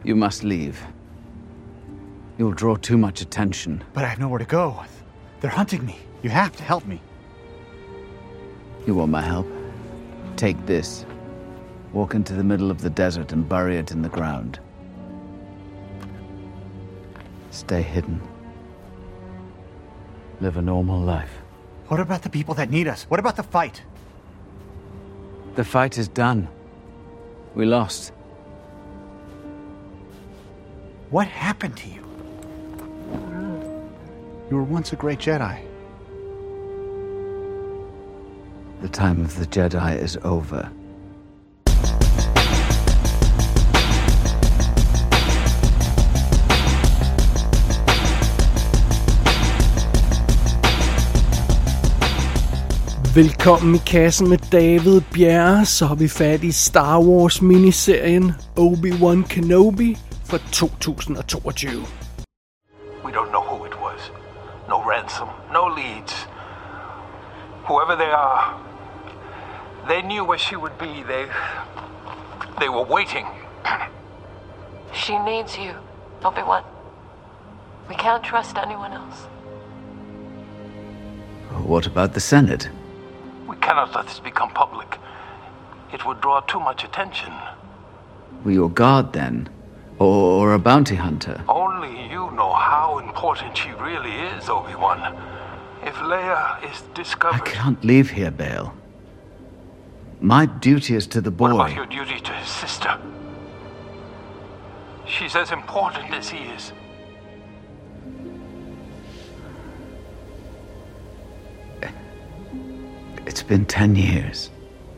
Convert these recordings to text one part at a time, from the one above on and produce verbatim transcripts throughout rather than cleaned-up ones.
You must leave. You'll draw too much attention. But I have nowhere to go. They're hunting me. You have to help me. You want my help? Take this. Walk into the middle of the desert and bury it in the ground. Stay hidden. Live a normal life. What about the people that need us? What about the fight? The fight is done. We lost. What happened to you? You were once a great Jedi. The time of the Jedi is over. Velkommen i kassen med David Bjerre, så har vi fat i Star Wars miniserien Obi-Wan Kenobi fra to tusind og toogtyve. We don't know who it was. No ransom, no leads. Whoever they are, they knew where she would be. They they were waiting. She needs you, Obi-Wan. We can't trust anyone else. What about the Senate? We cannot let this become public. It would draw too much attention. Were you a guard then? Or, or a bounty hunter? Only you know how important she really is, Obi-Wan. If Leia is discovered... I can't leave here, Bail. My duty is to the boy. What about your duty to his sister? She's as important as he is. It's been ten years.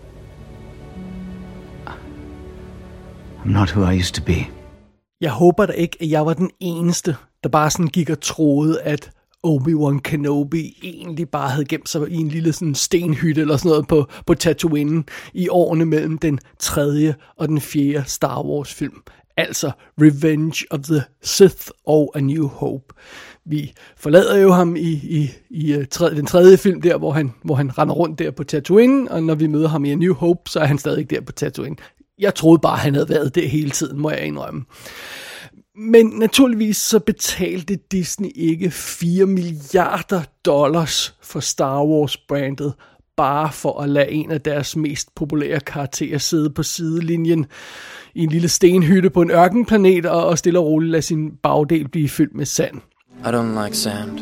I'm not who I used to be. Jeg håber da ikke, at jeg var den eneste, der bare sådan gik og troede, at Obi-Wan Kenobi egentlig bare havde gemt sig i en lille sådan stenhytte eller sådan noget på, på Tatooine i årene mellem den tredje og den fjerde Star Wars film. Altså Revenge of the Sith og A New Hope. Vi forlader jo ham i, i, i tredje, den tredje film der, hvor han, hvor han render rundt der på Tatooine, og når vi møder ham i A New Hope, så er han stadig der på Tatooine. Jeg troede bare, han havde været der hele tiden, må jeg indrømme. Men naturligvis så betalte Disney ikke fire milliarder dollars for Star Wars-brandet, bare for at lade en af deres mest populære karakterer sidde på sidelinjen i en lille stenhytte på en ørkenplanet og, og stille og roligt lade sin bagdel blive fyldt med sand. I don't like sand.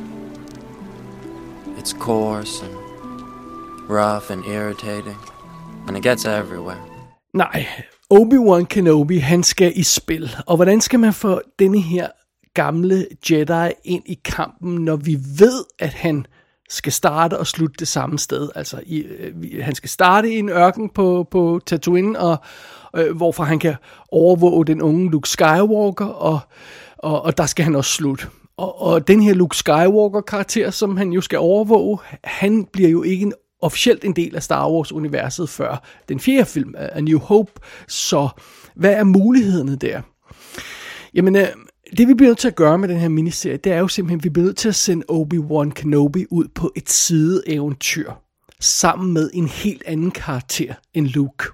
It's coarse and rough and irritating, and it gets everywhere. Nej, Obi-Wan Kenobi, han skal i spil. Og hvordan skal man få denne her gamle Jedi ind i kampen, når vi ved, at han skal starte og slutte det samme sted? Altså, i, øh, han skal starte i en ørken på, på Tatooine, og, øh, hvorfor han kan overvåge den unge Luke Skywalker, og, og, og der skal han også slutte. Og, og den her Luke Skywalker-karakter, som han jo skal overvåge, han bliver jo ikke en officielt en del af Star Wars-universet før den fjerde film, A New Hope. Så hvad er mulighederne der? Jamen, det vi bliver nødt til at gøre med den her miniserie, det er jo simpelthen, at vi bliver nødt til at sende Obi-Wan Kenobi ud på et sideeventyr, sammen med en helt anden karakter end Luke.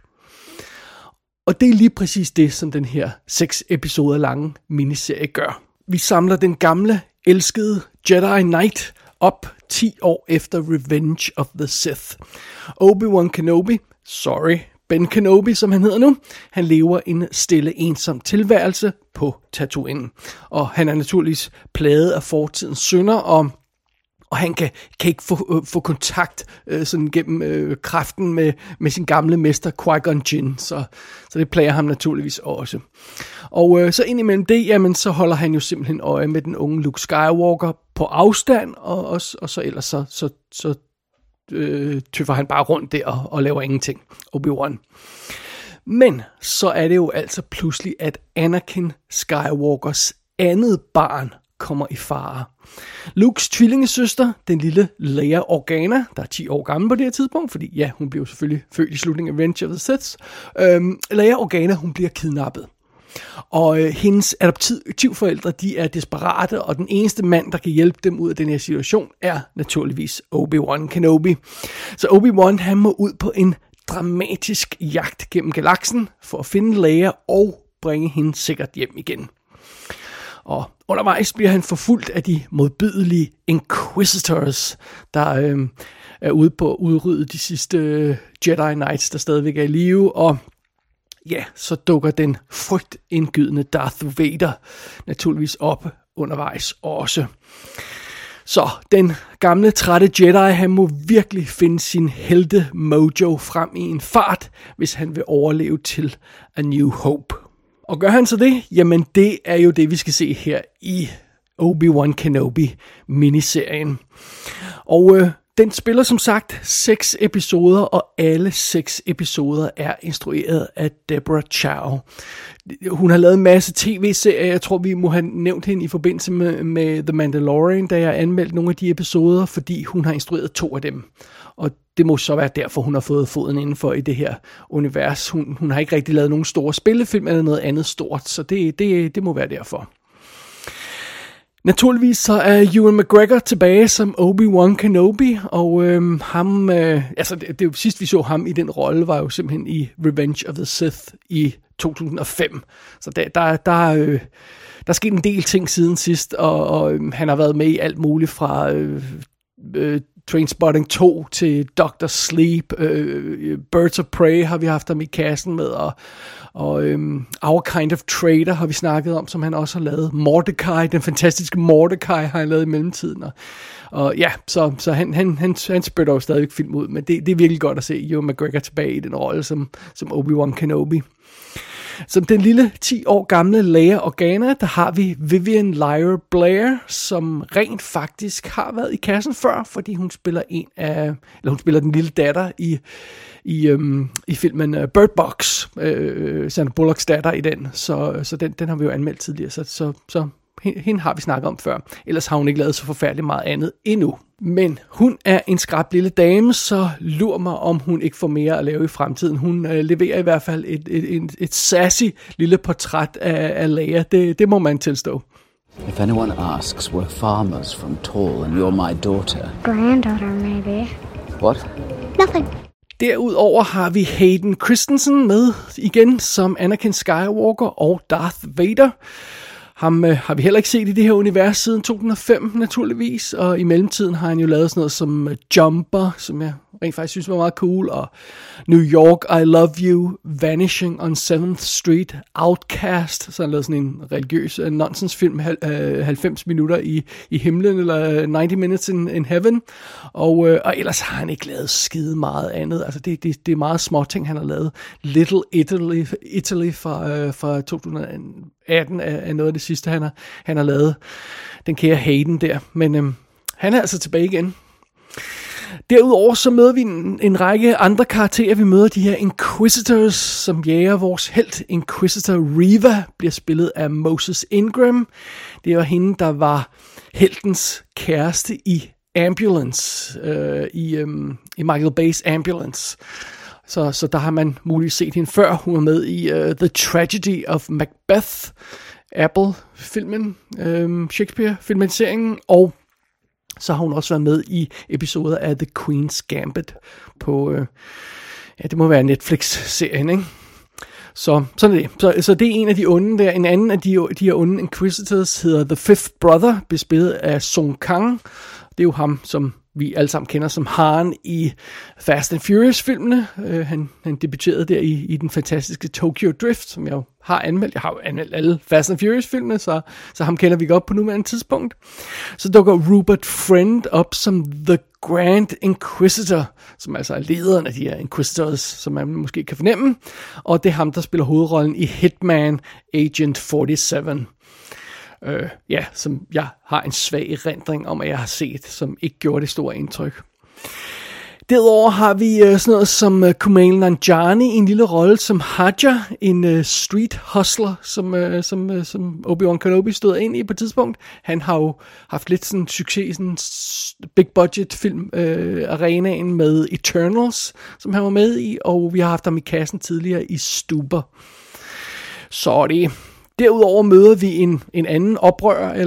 Og det er lige præcis det, som den her seks episoder lange miniserie gør. Vi samler den gamle, elskede Jedi Knight op ti år efter Revenge of the Sith. Obi-Wan Kenobi, sorry, Ben Kenobi, som han hedder nu, han lever en stille, ensom tilværelse på Tatooine. Og han er naturligvis plaget af fortidens synder, og, og han kan, kan ikke få, øh, få kontakt øh, sådan gennem øh, kraften med, med sin gamle mester Qui-Gon Jinn, så, så det plager ham naturligvis også. Og øh, så indimellem det, jamen, så holder han jo simpelthen øje med den unge Luke Skywalker på afstand, og, og, og så ellers så, så, så øh, tøffer han bare rundt der og, og laver ingenting. Obi-Wan. Men så er det jo altså pludselig, at Anakin Skywalkers andet barn kommer i fare. Lukes tvillingesøster, den lille Leia Organa, der er ti år gammel på det her tidspunkt, fordi ja, hun blev selvfølgelig født i slutningen af Revenge of the Sith. Øhm, Leia Organa, hun bliver kidnappet. Og øh, hendes adoptivforældre, de er desperate, og den eneste mand, der kan hjælpe dem ud af den her situation, er naturligvis Obi-Wan Kenobi. Så Obi-Wan, han må ud på en dramatisk jagt gennem galaksen for at finde Leia og bringe hende sikkert hjem igen. Og undervejs bliver han forfulgt af de modbydelige Inquisitors, der øh, er ude på at udrydde de sidste øh, Jedi Knights, der stadigvæk er i live, og ja, så dukker den frygtindgydende Darth Vader naturligvis op undervejs også. Så den gamle trætte Jedi, han må virkelig finde sin helte mojo frem i en fart, hvis han vil overleve til A New Hope. Og gør han så det? Jamen det er jo det, vi skal se her i Obi-Wan Kenobi miniserien. Og øh, den spiller som sagt seks episoder, og alle seks episoder er instrueret af Deborah Chow. Hun har lavet en masse tv-serier. Jeg tror, vi må have nævnt hende i forbindelse med, med The Mandalorian, da jeg anmeldte nogle af de episoder, fordi hun har instrueret to af dem. Og det må så være derfor, hun har fået foden indenfor i det her univers. Hun, hun har ikke rigtig lavet nogen store spillefilm eller noget andet stort, så det, det, det må være derfor. Naturligvis så er Ewan McGregor tilbage som Obi-Wan Kenobi, og øhm, ham, øh, altså det, det sidst vi så ham i den rolle, var jo simpelthen i Revenge of the Sith i to tusind og fem. Så der, der, der, øh, der er sket en del ting siden sidst, og, og øh, han har været med i alt muligt fra øh, øh, Trainspotting to til Doctor Sleep, øh, Birds of Prey har vi haft ham i kassen med, og, og øhm, Our Kind of Traitor har vi snakket om, som han også har lavet. Mordecai, den fantastiske Mordecai har han lavet i mellemtiden, og, og ja, så, så han, han, han, han spytter jo stadigvæk film ud, men det, det er virkelig godt at se Ewan McGregor tilbage i den rolle som, som Obi-Wan Kenobi. Som den lille ti år gamle Leia Organa, der har vi Vivian Lyra Blair, som rent faktisk har været i kassen før, fordi hun spiller en af, eller hun spiller den lille datter i i, øhm, i filmen uh, Bird Box, øh, Sandra Bullocks datter i den, så, så den, den har vi jo anmeldt tidligere, så, så, så hende har vi snakket om før. Ellers har hun ikke lavet så forfærdeligt meget andet endnu. Men hun er en skrab lille dame, så lur mig, om hun ikke får mere at lave i fremtiden. Hun øh, leverer i hvert fald et, et, et, et sassy lille portræt af, af Leia. Det, det må man tilstå. If anyone asks, we're farmers from Tall, and you're my daughter. Granddaughter, maybe. What? Nothing. Derudover har vi Hayden Christensen med igen som Anakin Skywalker og Darth Vader. Ham øh, har vi heller ikke set i det her univers siden to tusind og fem, naturligvis. Og i mellemtiden har han jo lavet sådan noget som uh, Jumper, som jeg rent faktisk synes var meget cool. Og New York, I Love You, Vanishing on seventh Street, Outcast. Så han lavede sådan en religiøs uh, nonsensfilm, uh, halvfems minutter i, i himlen, eller ninety minutes in, in heaven. Og, uh, og ellers har han ikke lavet skide meget andet. Altså det, det, det er meget små ting, han har lavet. Little Italy, Italy fra, uh, fra to tusind og atten er, er noget af det sidste, han har, han har lavet. Den kære Hayden der. Men øhm, han er altså tilbage igen. Derudover så møder vi en, en række andre karakterer. Vi møder de her Inquisitors, som jager vores helt. Inquisitor Reva bliver spillet af Moses Ingram. Det var hende, der var heltens kæreste i Ambulance. Øh, i, øhm, I Michael Bay's Ambulance. Så, så der har man muligvis set hende før. Hun er med i uh, The Tragedy of Macbeth, Apple-filmen, um, Shakespeare-filmatiseringen, og så har hun også været med i episoder af The Queen's Gambit på, uh, ja, det må være Netflix-serien, ikke? Så sådan er det. Så, så det er en af de onde der. En anden af de, de her onde Inquisitors hedder The Fifth Brother, bespillet af Sung Kang. Det er jo ham, som vi alle sammen kender som Han i Fast and Furious-filmene. Uh, han, han debuterede der i, i den fantastiske Tokyo Drift, som jeg jo har anmeldt. Jeg har jo anmeldt alle Fast and Furious-filmene, så, så ham kender vi godt på nuværende tidspunkt. Så dukker Rupert Friend op som The Grand Inquisitor, som altså er lederen af de her Inquisitors, som man måske kan fornemme. Og det er ham, der spiller hovedrollen i Hitman Agent syvogfyrre. Øh, ja, som jeg har en svag erindring om, at jeg har set, som ikke gjorde det store indtryk. Derudover har vi uh, sådan noget som uh, Kumail Nanjiani i en lille rolle som Haja, en uh, street hustler, som, uh, som, uh, som Obi-Wan Kenobi stod ind i på et tidspunkt. Han har jo haft lidt sådan succes i sådan big budget film uh, arenaen med Eternals, som han var med i, og vi har haft ham i kassen tidligere i Stuber. Så det. Derudover møder vi en, en anden oprører, eller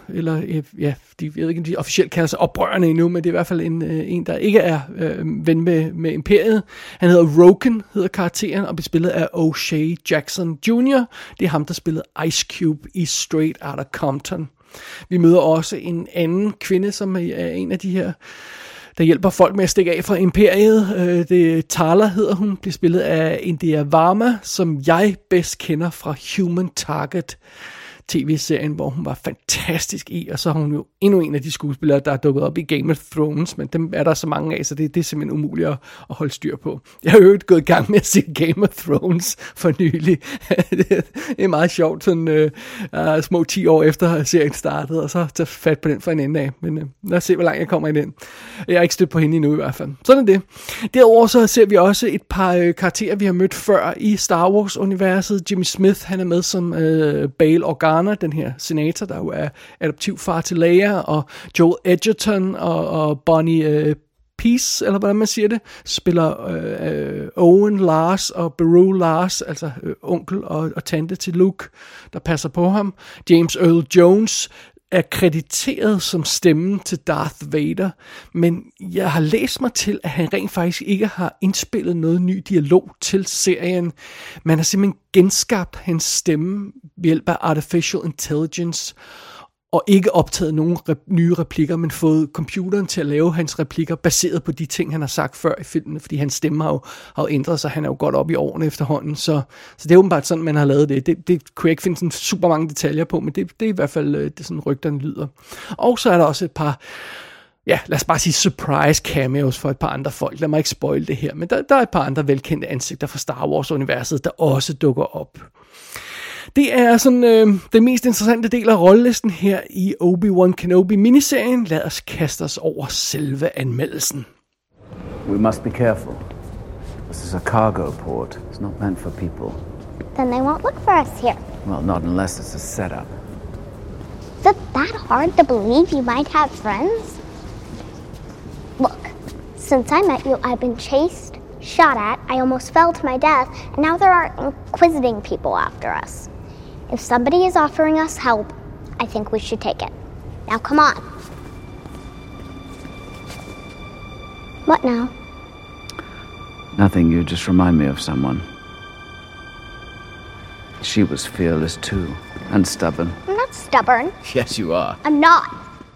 eller ja, de, jeg ved ikke, om de officielt kalder sig oprørende endnu, men det er i hvert fald en, en der ikke er øh, ven med, med imperiet. Han hedder Roken, hedder karakteren, og bliver spillet af O'Shea Jackson junior Det er ham, der spillede Ice Cube i Straight Outta Compton. Vi møder også en anden kvinde, som er en af de her, der hjælper folk med at stikke af fra imperiet. Det Tala hedder hun, bliver spillet af India Varma, som jeg bedst kender fra Human Target tv-serien, hvor hun var fantastisk i, og så har hun jo endnu en af de skuespillere, der er dukket op i Game of Thrones, men dem er der så mange af, så det, det er simpelthen umuligt at, at holde styr på. Jeg har jo gået i gang med at se Game of Thrones for nylig. Det er meget sjovt, sådan uh, små ti år efter serien startede, og så tage fat på den for en ende af, men uh, lad os se, hvor langt jeg kommer i den. Jeg er ikke stødt på hende endnu i hvert fald. Sådan er det. Derudover så ser vi også et par uh, karakterer, vi har mødt før i Star Wars-universet. Jimmy Smith, han er med som uh, Bail Organa, den her senator, der jo er adoptivfar til Leia, og Joel Edgerton og, og Bonnie øh, Peace, eller hvordan man siger det, spiller øh, Owen Lars og Beru Lars, altså øh, onkel og, og tante til Luke, der passer på ham. James Earl Jones er krediteret som stemmen til Darth Vader, men jeg har læst mig til, at han rent faktisk ikke har indspillet noget ny dialog til serien. Man har simpelthen genskabt hans stemme ved hjælp af artificial intelligence, og ikke optaget nogen rep- nye replikker, men fået computeren til at lave hans replikker, baseret på de ting, han har sagt før i filmene, fordi hans stemme har jo, har jo ændret sig, han er jo godt op i årene efterhånden, så, så det er åbenbart sådan, man har lavet det. Det, det kunne jeg ikke finde sådan super mange detaljer på, men det, det er i hvert fald det sådan rygterne lyder. Og så er der også et par, ja, lad os bare sige surprise cameos for et par andre folk. Lad mig ikke spoil det her, men der, der er et par andre velkendte ansigter fra Star Wars-universet, der også dukker op. Det er sådan øh, den mest interessante del af rollelisten her i Obi-Wan Kenobi-miniserien. Lad os kaste os over selve anmeldelsen. We must be careful. This is a cargo port. It's not meant for people. Then they won't look for us here. Well, not unless it's a setup. Is it that hard to believe you might have friends? Look, since I met you, I've been chased, shot at, I almost fell to my death, and now there are inquisiting people after us. If somebody is offering us help, I think we should take it. Now come on. What now? Nothing, you just remind me of someone. She was fearless too, and stubborn. I'm not stubborn. Yes, you are. I'm not.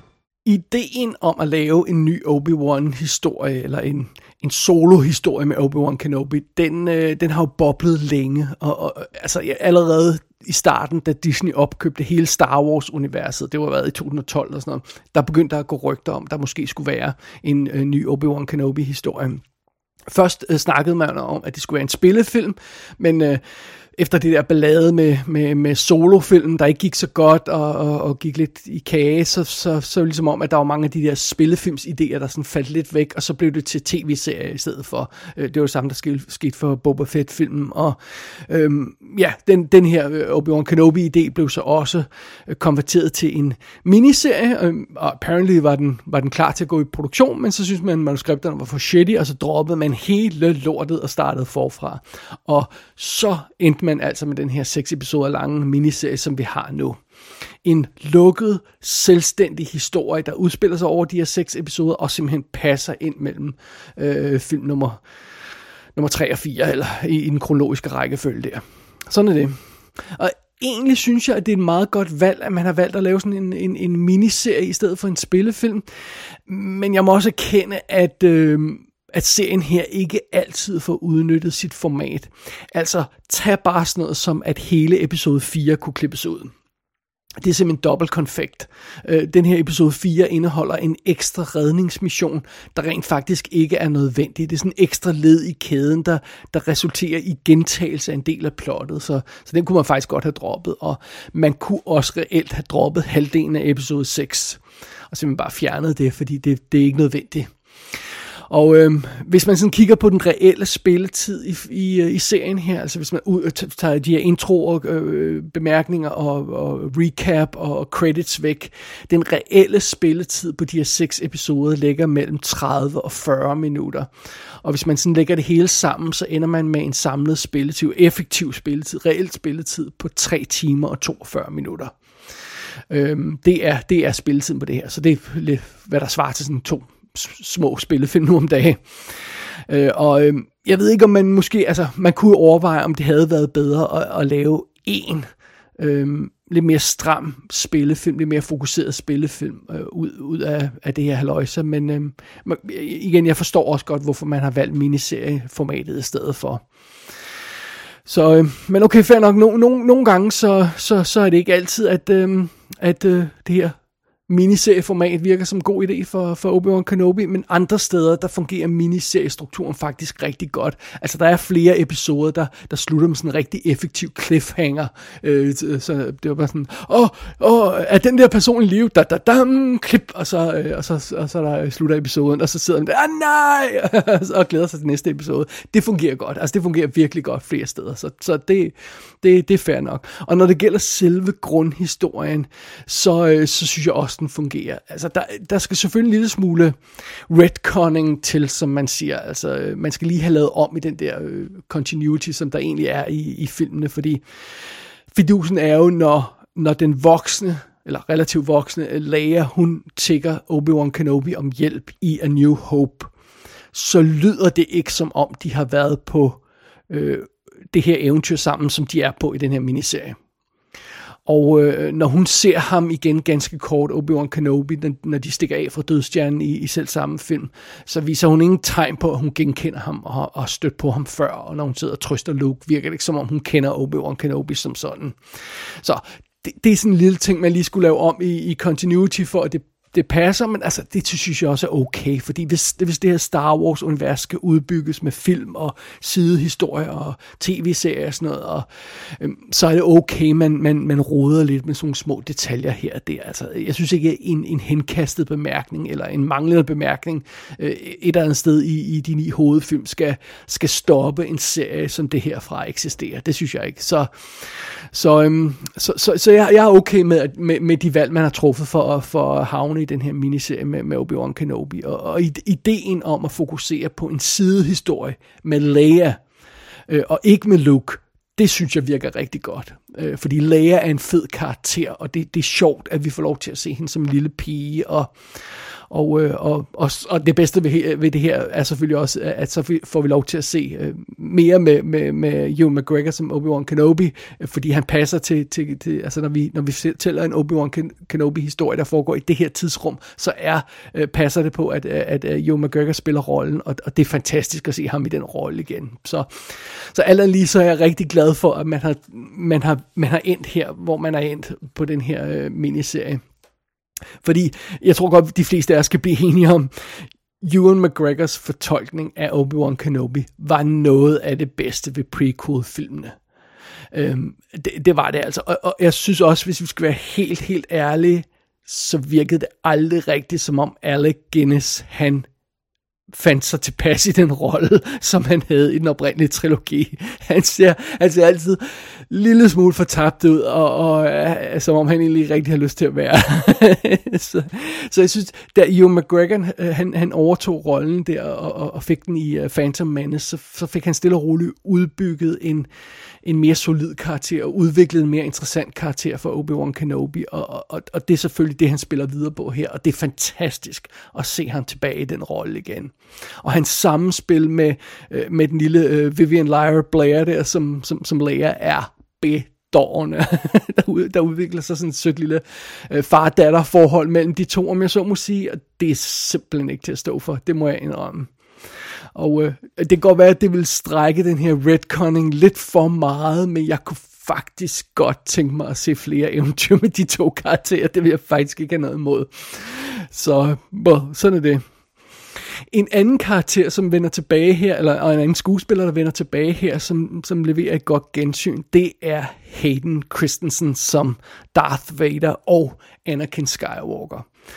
Ideen om at lave en ny Obi-Wan-historie, eller en, en solo-historie med Obi-Wan Kenobi, den, øh, den har jo boblet længe, og, og altså ja, allerede i starten, da Disney opkøbte hele Star Wars-universet, det var været i to tusind og tolv og sådan noget, der begyndte der at gå rygter om, der måske skulle være en øh, ny Obi-Wan Kenobi-historie. Først øh, snakkede man om, at det skulle være en spillefilm, men øh, efter det der ballade med, med, med solofilmen, der ikke gik så godt og, og, og gik lidt i kage, så, så, så ligesom om, at der var mange af de der spillefilmsidéer, der sådan faldt lidt væk, og så blev det til tv-serie i stedet for. Det var det samme, der skete, skete for Boba Fett-filmen, og øhm, ja, den, den her Obi-Wan Kenobi-idé blev så også konverteret til en miniserie, og apparently var den, var den klar til at gå i produktion, men så synes man, at manuskripterne var for shitty, og så droppede man hele lortet og startede forfra. Og så endte man altså med den her seks episoder lange miniserie, som vi har nu. En lukket, selvstændig historie, der udspiller sig over de her seks episoder, og simpelthen passer ind mellem øh, film nummer, nummer tre og fire, eller i, i den kronologiske rækkefølge der. Sådan er det. Og egentlig synes jeg, at det er et meget godt valg, at man har valgt at lave sådan en, en, en miniserie i stedet for en spillefilm. Men jeg må også erkende, at Øh, at serien her ikke altid får udnyttet sit format. Altså, tag bare sådan noget som, at hele episode fire kunne klippes ud. Det er simpelthen dobbelt konfekt. Den her episode fire indeholder en ekstra redningsmission, der rent faktisk ikke er nødvendig. Det er sådan en ekstra led i kæden, der, der resulterer i gentagelse af en del af plottet. Så, så den kunne man faktisk godt have droppet. Og man kunne også reelt have droppet halvdelen af episode seks. Og simpelthen bare fjernet det, fordi det, det er ikke nødvendigt. Og øh, hvis man sådan kigger på den reelle spilletid i, i, i serien her, altså hvis man ud, tager de her introer, øh, bemærkninger og, og recap og credits væk, den reelle spilletid på de her seks episoder ligger mellem tredive og fyrre minutter. Og hvis man sådan lægger det hele sammen, så ender man med en samlet spilletid, effektiv spilletid, reelt spilletid på tre timer og toogfyrre minutter. Øhm, det, er, det er spilletiden på det her, så det er lidt, hvad der svarer til sådan to små spillefilm nu om dagen. Øh, og øh, jeg ved ikke, om man måske, altså man kunne overveje, om det havde været bedre at, at lave en øh, lidt mere stram spillefilm, lidt mere fokuseret spillefilm øh, ud, ud af, af det her halløjse, men øh, igen, jeg forstår også godt, hvorfor man har valgt miniserieformatet i stedet for. Så, øh, men okay, fair nok, no, no, nogle gange, så, så, så er det ikke altid, at, øh, at øh, det her miniserieformat virker som en god idé for, for Obi-Wan Kenobi, men andre steder, der fungerer miniseriestrukturen faktisk rigtig godt. Altså, der er flere episoder, der, der slutter med sådan en rigtig effektiv cliffhanger. Øh, så det var bare sådan, åh, åh, er den der person i live? Da, da, da, klip, og så, øh, og så, og så der slutter episoden, og så sidder man der, ah, nej, og glæder sig til næste episode. Det fungerer godt. Altså, det fungerer virkelig godt flere steder, så, så det, det, det er fair nok. Og når det gælder selve grundhistorien, så, øh, så synes jeg også, den fungerer. Altså, der, der skal selvfølgelig en lille smule retconning til, som man siger. Altså, man skal lige have lavet om i den der øh, continuity, som der egentlig er i, i filmene, fordi fidusen er jo, når, når den voksne, eller relativt voksne Leia, hun tigger Obi-Wan Kenobi om hjælp i A New Hope, så lyder det ikke som om, de har været på øh, det her eventyr sammen, som de er på i den her miniserie. Og øh, når hun ser ham igen ganske kort, Obi-Wan Kenobi, når de stikker af fra dødstjernen i, i selv samme film, så viser hun ingen tegn på, at hun genkender ham og, og har stødt på ham før. Og når hun sidder og trøster Luke, virker det ikke som om, hun kender Obi-Wan Kenobi som sådan. Så det, det er sådan en lille ting, man lige skulle lave om i, i continuity, for at det Det passer, men altså, det synes jeg også er okay, fordi hvis, hvis det her Star Wars-univers skal udbygges med film og sidehistorier og tv-serier og sådan noget, og, øhm, så er det okay, man, man, man roder lidt med sådan nogle små detaljer her og der. Altså, jeg synes ikke, en, en henkastet bemærkning eller en manglende bemærkning øh, et eller andet sted i, i de ni hovedfilm skal, skal stoppe en serie som det her fra at eksistere. Det synes jeg ikke. Så, så, øhm, så, så, så jeg, jeg er okay med, med, med de valg, man har truffet for, for at havne i den her miniserie med, med Obi-Wan Kenobi, og, og ideen om at fokusere på en sidehistorie med Leia, øh, og ikke med Luke, det synes jeg virker rigtig godt, øh, fordi Leia er en fed karakter, og det, det er sjovt, at vi får lov til at se hende som en lille pige, og Og, øh, og, og, og det bedste ved, ved det her er selvfølgelig også, at så får vi lov til at se øh, mere med, med, med Ewan McGregor som Obi-Wan Kenobi, øh, fordi han passer til, til, til altså når vi, når vi fortæller en Obi-Wan Kenobi-historie, der foregår i det her tidsrum, så er øh, passer det på, at, at, at Ewan McGregor spiller rollen, og, og det er fantastisk at se ham i den rolle igen. Så, så alt lige så er jeg rigtig glad for, at man har, man har, man har endt her, hvor man er endt på den her øh, miniserie. Fordi jeg tror godt, de fleste af os skal blive enige om, Ewan McGregors fortolkning af Obi-Wan Kenobi var noget af det bedste ved prequel-filmene. Øhm, det, det var det altså. Og, og jeg synes også, hvis vi skal være helt, helt ærlige, så virkede det aldrig rigtigt, som om Alec Guinness, han fandt sig tilpas i den rolle, som han havde i den oprindelige trilogi. Han ser, han ser altid en lille smule fortabt ud, og, og uh, som om han egentlig rigtig har lyst til at være. så, så jeg synes, da Ewan McGregor, han, han overtog rollen der, og, og, og fik den i uh, Phantom Menace, så, så fik han stille og roligt udbygget en, en mere solid karakter, og udviklet en mere interessant karakter for Obi-Wan Kenobi, og, og, og det er selvfølgelig det, han spiller videre på her, og det er fantastisk at se ham tilbage i den rolle igen. Og hans sammenspil med, øh, med den lille øh, Vivian Lyra Blair der, som, som, som Leia, er bedårende. der, der udvikler sig sådan et sødt lille øh, far-datter forhold mellem de to, om jeg så må sige, og det er simpelthen ikke til at stå for, det må jeg indrømme. Og øh, det kan godt være, at det vil strække den her retconning lidt for meget, men jeg kunne faktisk godt tænke mig at se flere eventyr med de to karakterer. Det vil jeg faktisk ikke have noget imod. Så well, sådan er det. En anden karakter, som vender tilbage her, eller og en anden skuespiller, der vender tilbage her, som, som leverer et godt gensyn, det er Hayden Christensen som Darth Vader og Anakin Skywalker.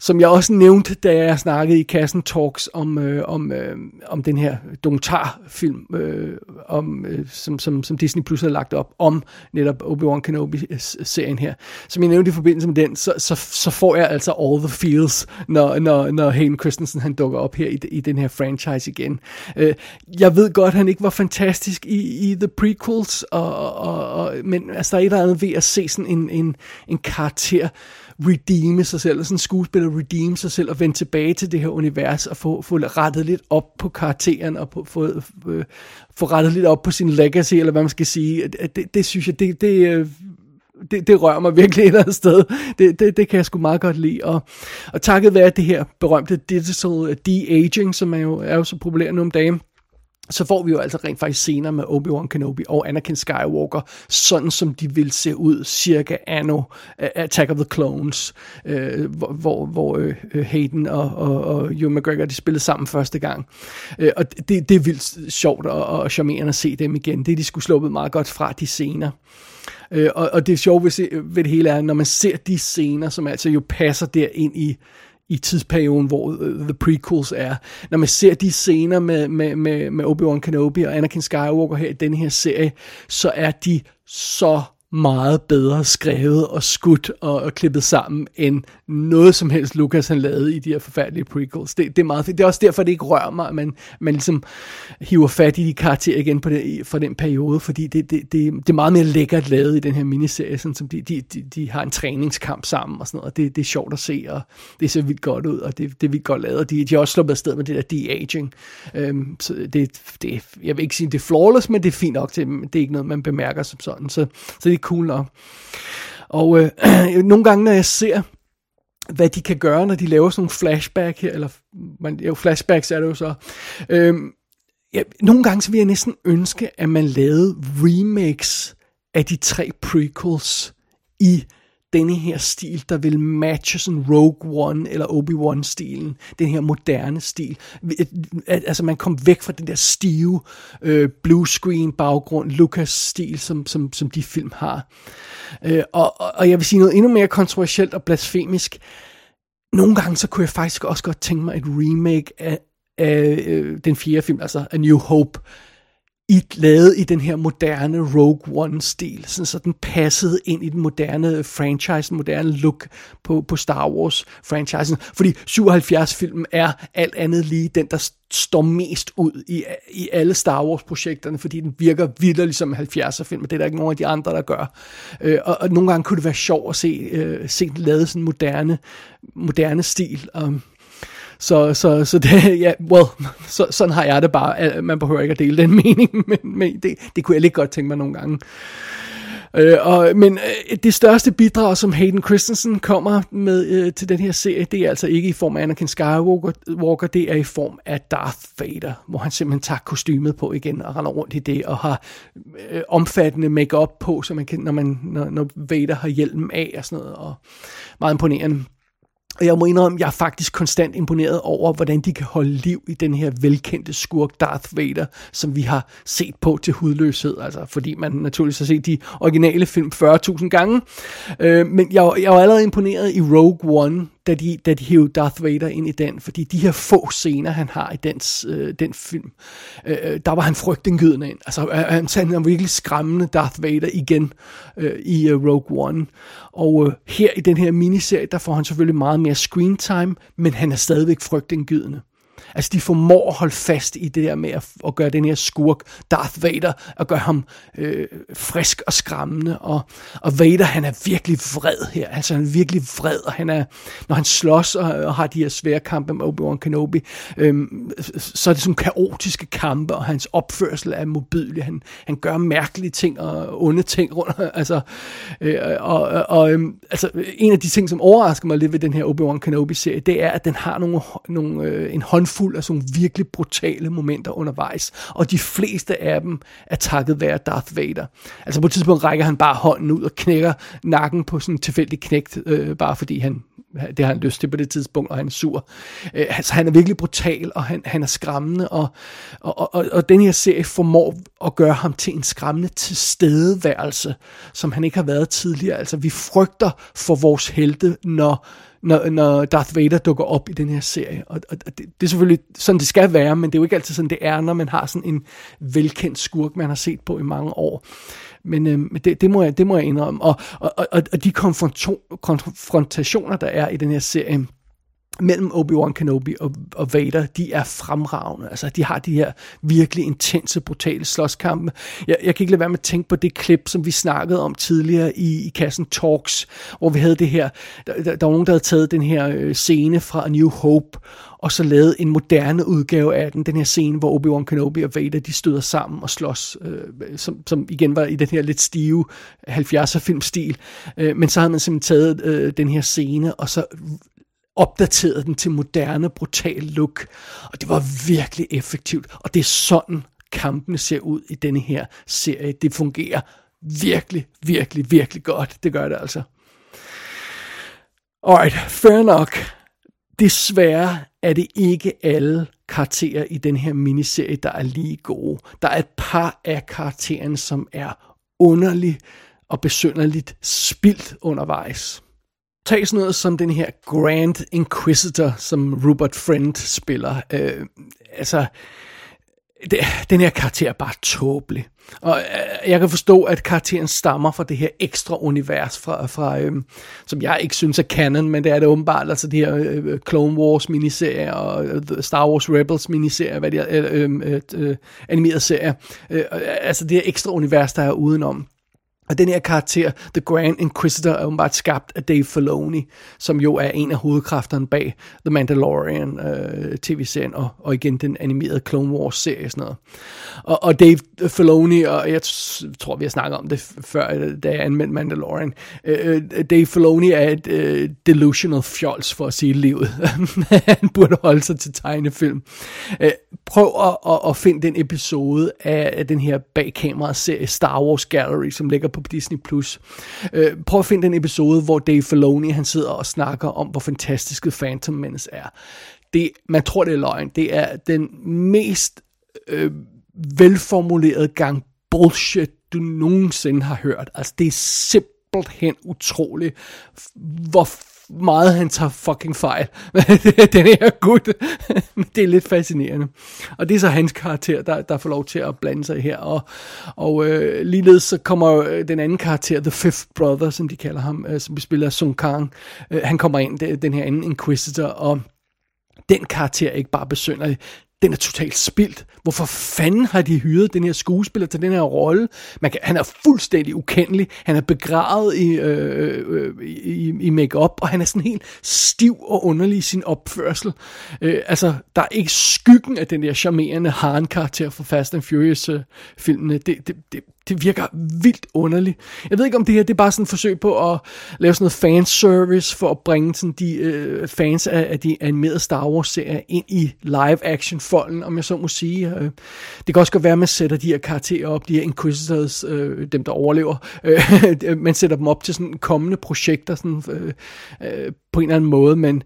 som jeg også nævnte, da jeg snakkede i Kassen Talks om, øh, om, øh, om den her dokumentarfilm, øh, om, øh, som, som, som Disney Plus havde lagt op, om netop Obi-Wan Kenobi-serien her. Som jeg nævnte i forbindelse med den, så, så, så får jeg altså all the feels, når, når, når Hayden Christensen han dukker op her i, i den her franchise igen. Øh, jeg ved godt, han ikke var fantastisk i, i The Prequels, og, og, og, men altså, der er et eller andet ved at se sådan en, en, en karakter redeeme sig selv, sådan en skuespiller redeeme sig selv og vende tilbage til det her univers og få, få rettet lidt op på karakteren og på, få, øh, få rettet lidt op på sin legacy, eller hvad man skal sige. Det, det synes jeg, det, det, det, det rører mig virkelig et eller andet sted. Det, det, det kan jeg sgu meget godt lide. Og, og takket være det her berømte digital de-aging, som er jo, er jo så populært nu om dagen, så får vi jo altså rent faktisk scener med Obi-Wan Kenobi og Anakin Skywalker, sådan som de vil se ud cirka anno Attack of the Clones, øh, hvor, hvor, hvor øh, Hayden og, og, og Ewan McGregor, de spillede sammen første gang. Øh, og det, det er vildt sjovt og, og charmerende at se dem igen. Det de skulle sluppet meget godt fra, de scener. Øh, og, og det sjove ved, ved det hele er, når man ser de scener, som altså jo passer der ind i i tidsperioden, hvor uh, The Prequels er. Når man ser de scener med, med, med, med Obi-Wan Kenobi og Anakin Skywalker her i denne her serie, så er de så meget bedre skrevet og skudt og, og klippet sammen, end noget som helst Lucas han lavede i de her forfærdelige prequels. Det, det er meget fint. Det er også derfor, det ikke rører mig, at man, man ligesom hiver fat i de karakterer igen på det, for den periode, fordi det, det, det, det er meget mere lækkert lavet i den her miniserie, sådan som de, de, de, de har en træningskamp sammen og sådan noget, og det, det er sjovt at se, og det ser vildt godt ud, og det, det er vildt godt lavet, og de, de har også sluppet afsted med det der de-aging. Øhm, så det, det, jeg vil ikke sige, det er flawless, men det er fint nok til, det er ikke noget, man bemærker som sådan, så, så det er cool nok. Og øh, nogle gange, når jeg ser, hvad de kan gøre, når de laver sådan nogle flashback her, eller man, jo, flashbacks er det jo så, øh, ja, nogle gange så vil jeg næsten ønske, at man lavede remakes af de tre prequels i denne her stil, der vil matche sådan Rogue One eller Obi-Wan-stilen, den her moderne stil. Altså man kom væk fra den der stive øh, blue screen baggrund, Lucas-stil, som, som, som de film har. Øh, og, og jeg vil sige noget endnu mere kontroversielt og blasfemisk. Nogle gange så kunne jeg faktisk også godt tænke mig et remake af, af øh, den fjerde film, altså A New Hope, i, lavet i den her moderne Rogue One-stil, sådan så den passede ind i den moderne franchise, den moderne look på, på Star Wars-franchisen. Fordi syvoghalvfjerds-filmen er alt andet lige den, der står mest ud i, i alle Star Wars-projekterne, fordi den virker vitterligt som en halvfjerdser-film, og det er der ikke nogen af de andre, der gør. Øh, og, og nogle gange kunne det være sjovt at se, øh, se den lavet sådan en moderne, moderne stil. Um, Så, så, så det, ja, well, så, sådan har jeg det bare. Man behøver ikke at dele den mening, men, men det, det kunne jeg lidt godt tænke mig nogle gange. Øh, og, men øh, det største bidrag, som Hayden Christensen kommer med øh, til den her serie, det er altså ikke i form af Anakin Skywalker, det er i form af Darth Vader, hvor han simpelthen tager kostymet på igen og render rundt i det, og har øh, omfattende make-up på, så man kan, når, man, når, når Vader har hjelmen af og sådan noget, og meget imponerende. Og jeg må indrømme, jeg er faktisk konstant imponeret over, hvordan de kan holde liv i den her velkendte skurk Darth Vader, som vi har set på til hudløshed. Altså, fordi man naturligvis har set de originale film fyrre tusind gange. Øh, men jeg, jeg var allerede imponeret i Rogue One, da de, da de hævde Darth Vader ind i den. Fordi de her få scener, han har i dens, øh, den film, øh, der var han frygtindgydende ind. Altså, han, han er virkelig skræmmende Darth Vader igen øh, i øh, Rogue One. Og øh, her i den her miniserie, der får han selvfølgelig meget mere screen time, men han er stadigvæk frygtindgydende. Altså, de formår at holde fast i det der med at, at gøre den her skurk, Darth Vader, og gøre ham øh, frisk og skræmmende. Og, og Vader, han er virkelig vred her. Altså, han er virkelig vred, og han er, når han slås og, og har de her svære kampe med Obi-Wan Kenobi, øh, så er det sådan kaotiske kampe, og hans opførsel er modbydelig. Han, han gør mærkelige ting og onde ting rundt. Altså, øh, og, og øh, altså, en af de ting, som overrasker mig lidt ved den her Obi-Wan Kenobi-serie, det er, at den har nogle, nogle, øh, en håndfuld af sådan virkelig brutale momenter undervejs, og de fleste af dem er takket være Darth Vader. Altså på et tidspunkt rækker han bare hånden ud og knækker nakken på sådan en tilfældig knægt, øh, bare fordi han, det har han lyst til på det tidspunkt, og han er sur. Øh, altså han er virkelig brutal, og han, han er skræmmende, og, og, og, og den her serie formår at gøre ham til en skræmmende tilstedeværelse, som han ikke har været tidligere. Altså vi frygter for vores helte, når når, når Darth Vader dukker op i den her serie. Og, og det, det er selvfølgelig sådan, det skal være, men det er jo ikke altid sådan, det er, når man har sådan en velkendt skurk, man har set på i mange år. Men øh, det, det, må jeg, det må jeg indrømme. Og, og, og, og de konfrontationer, der er i den her serie, mellem Obi-Wan Kenobi og, og Vader, de er fremragende. Altså, de har de her virkelig intense, brutale slåskampe. Jeg, jeg kan ikke lade være med at tænke på det klip, som vi snakkede om tidligere i, i Kassen Talks, hvor vi havde det her, der, der, der var nogen, der havde taget den her øh, scene fra A New Hope, og så lavet en moderne udgave af den, den her scene, hvor Obi-Wan Kenobi og Vader, de støder sammen og slås, øh, som, som igen var i den her lidt stive halvfjerdser filmstil. Øh, men så havde man simpelthen taget øh, den her scene, og så opdateret den til moderne, brutal look. Og det var virkelig effektivt. Og det er sådan, kampene ser ud i denne her serie. Det fungerer virkelig, virkelig, virkelig godt. Det gør det altså. Alright, fair nok. Desværre er det ikke alle karakterer i den her miniserie, der er lige gode. Der er et par af karaktererne, som er underligt og besynderligt spildt undervejs. Tag sådan noget som den her Grand Inquisitor, som Rupert Friend spiller. Øh, altså, det, den her karakter er bare tåbelig. Og øh, jeg kan forstå, at karakteren stammer fra det her ekstra univers, fra, fra, øh, som jeg ikke synes er canon, men det er det åbenbart, altså de her øh, Clone Wars miniserier og øh, Star Wars Rebels miniserier, hvad de er, øh, øh, øh, animerede serier. Øh, altså det her ekstra univers, der er udenom. Og den her karakter, The Grand Inquisitor, er jo bare skabt af Dave Filoni, som jo er en af hovedkræfterne bag The Mandalorian øh, tv-serien, og, og igen den animerede Clone Wars-serie og sådan noget. Og, og Dave Filoni, og jeg tror, vi har snakket om det før, da jeg anmeldte Mandalorian, øh, Dave Filoni er et øh, delusional fjols, for at sige livet. Han burde holde sig til tegnefilm. Øh, prøv at, at, at finde den episode af den her bag-kamera-serie Star Wars Gallery, som ligger på Disney Plus. Øh, prøv at finde den episode, hvor Dave Filoni, han sidder og snakker om, hvor fantastisk Phantom Menace er. Det, man tror, det er løgn. Det er den mest øh, velformulerede gang bullshit, du nogensinde har hørt. Altså, det er simpelthen utroligt, hvor meget han tager fucking fejl. Den her gut. Det er lidt fascinerende. Og det er så hans karakter, der, der får lov til at blande sig her. Og, og øh, ligeledes så kommer den anden karakter, The Fifth Brother, som de kalder ham, øh, som spiller Sung Kang. Øh, han kommer ind, den her anden Inquisitor, og den karakter er ikke bare besynderlig. Den er totalt spildt. Hvorfor fanden har de hyret den her skuespiller til den her rolle? Man kan, han er fuldstændig ukendelig. Han er begravet i, øh, øh, i, i make-up, og han er sådan helt stiv og underlig i sin opførsel. Øh, altså, der er ikke skyggen af den der charmerende Han-karakter fra Fast and Furious-filmene. Det, det, det, det virker vildt underligt. Jeg ved ikke, om det her det er bare sådan et forsøg på at lave sådan noget fanservice for at bringe sådan de øh, fans af, af de animerede Star Wars-serier ind i live-action-folden, om jeg så må sige. Øh, det kan også godt være, at man sætter de her karakterer op, de her Inquisitors, øh, dem der overlever. Øh, man sætter dem op til sådan kommende projekter sådan, øh, øh, på en eller anden måde, men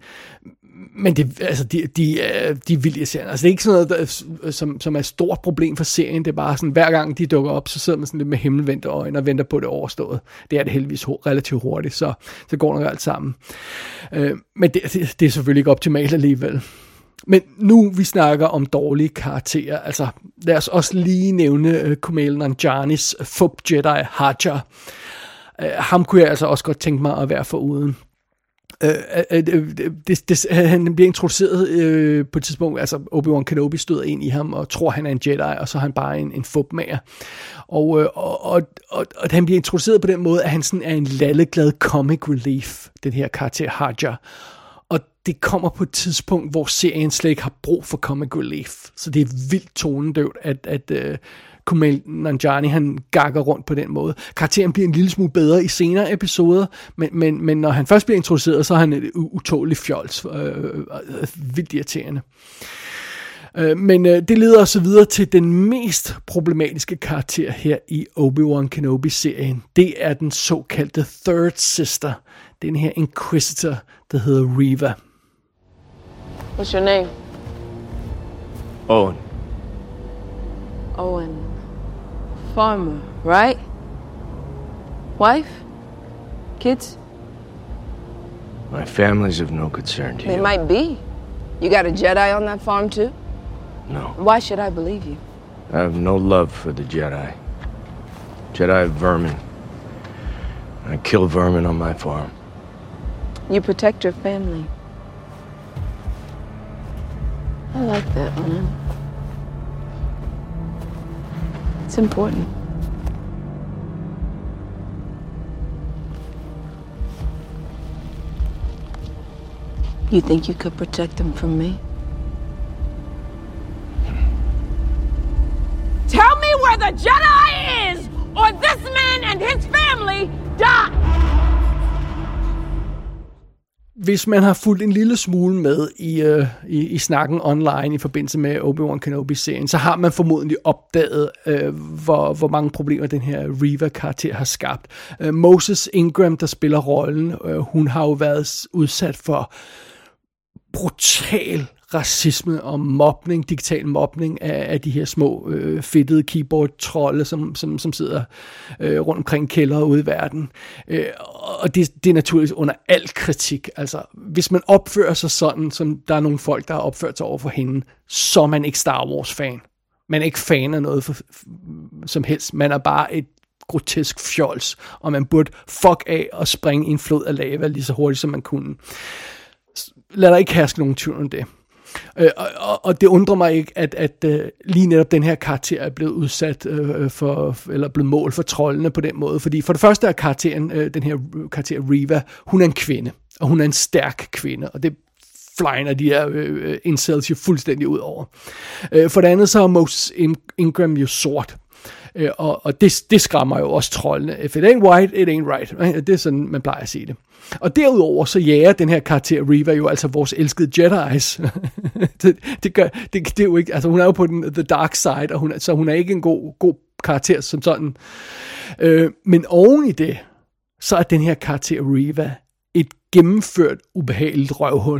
Men det, altså, de, de, de er vildt irriterende. Altså, det er ikke sådan noget, der, som, som er et stort problem for serien. Det er bare sådan, hver gang de dukker op, så sidder man sådan lidt med himmelvendte øjne og venter på det overstået. Det er det heldigvis ho- relativt hurtigt, så, så går nok alt sammen. Øh, men det, det, det er selvfølgelig ikke optimalt alligevel. Men nu vi snakker om dårlige karakterer, altså lad os også lige nævne uh, Kumail Nanjianis Fub Jedi Hajar. Uh, ham kunne jeg altså også godt tænke mig at være foruden. Uh, uh, det, det, han bliver introduceret uh, på et tidspunkt, altså Obi-Wan Kenobi støder ind i ham og tror han er en Jedi, og så er han bare en, en fupmager. Og, uh, og, og, og, og han bliver introduceret på den måde, at han sådan er en lalleglad comic relief, den her karakter Hajar. Og det kommer på et tidspunkt, hvor serien slet ikke har brug for comic relief. Så det er vildt tonedøvt, at, at uh, Kumail Nanjiani, han gakker rundt på den måde. Karakteren bliver en lille smule bedre i senere episoder, men, men, men når han først bliver introduceret, så er han et utåligt fjols. Øh, øh, vildt irriterende. Øh, men øh, det leder os videre til den mest problematiske karakter her i Obi-Wan Kenobi-serien. Det er den såkaldte Third Sister. Den her Inquisitor, der hedder Reva. What's your name? Owen. Owen. Farmer, right? Wife? Kids? My family's of no concern to They you. might be. You got a Jedi on that farm too? No. Why should I believe you? I have no love for the Jedi. Jedi are vermin. I kill vermin on my farm. You protect your family. I like that, man. It's important. You think you could protect them from me? Tell me where the Jedi is, or this man and his family die! Hvis man har fulgt en lille smule med i, øh, i, i snakken online i forbindelse med Obi-Wan Kenobi-serien, så har man formodentlig opdaget, øh, hvor, hvor mange problemer den her Reva-karakter har skabt. Øh, Moses Ingram, der spiller rollen, øh, hun har jo været udsat for brutal racisme og mobning, digital mobning af, af de her små øh, fedtede keyboard-trolde, som, som, som sidder øh, rundt omkring kældre ude i verden. Øh, og det, det er naturligvis under al kritik. Altså, hvis man opfører sig sådan, som der er nogle folk, der har opført sig over for hende, så er man ikke Star Wars-fan. Man er ikke fan af noget for, som helst. Man er bare et grotesk fjols, og man burde fuck af og springe i en flod af lava lige så hurtigt, som man kunne. Lad der ikke herske nogen tvivl om det. Øh, og, og det undrer mig ikke, at, at uh, lige netop den her karakter er blevet udsat uh, for, eller blevet mål for troldene på den måde. Fordi for det første er karakteren, uh, den her karakter Reva, hun er en kvinde, og hun er en stærk kvinde, og det flyner de her uh, incels jo fuldstændig ud over. Uh, for det andet så er Moses Ingram jo sort. Uh, og og det, det skræmmer jo også troldene. If it ain't white, it ain't right. Det er sådan, man plejer at sige det. Og derudover så jager den her karakter Reva jo altså vores elskede Jedi's. det, det, gør, det, det er jo ikke, altså hun er jo på den the dark side, og hun, så hun er ikke en god, god karakter som sådan. Øh, men oven i det, så er den her karakter Reva et gennemført ubehageligt røvhul.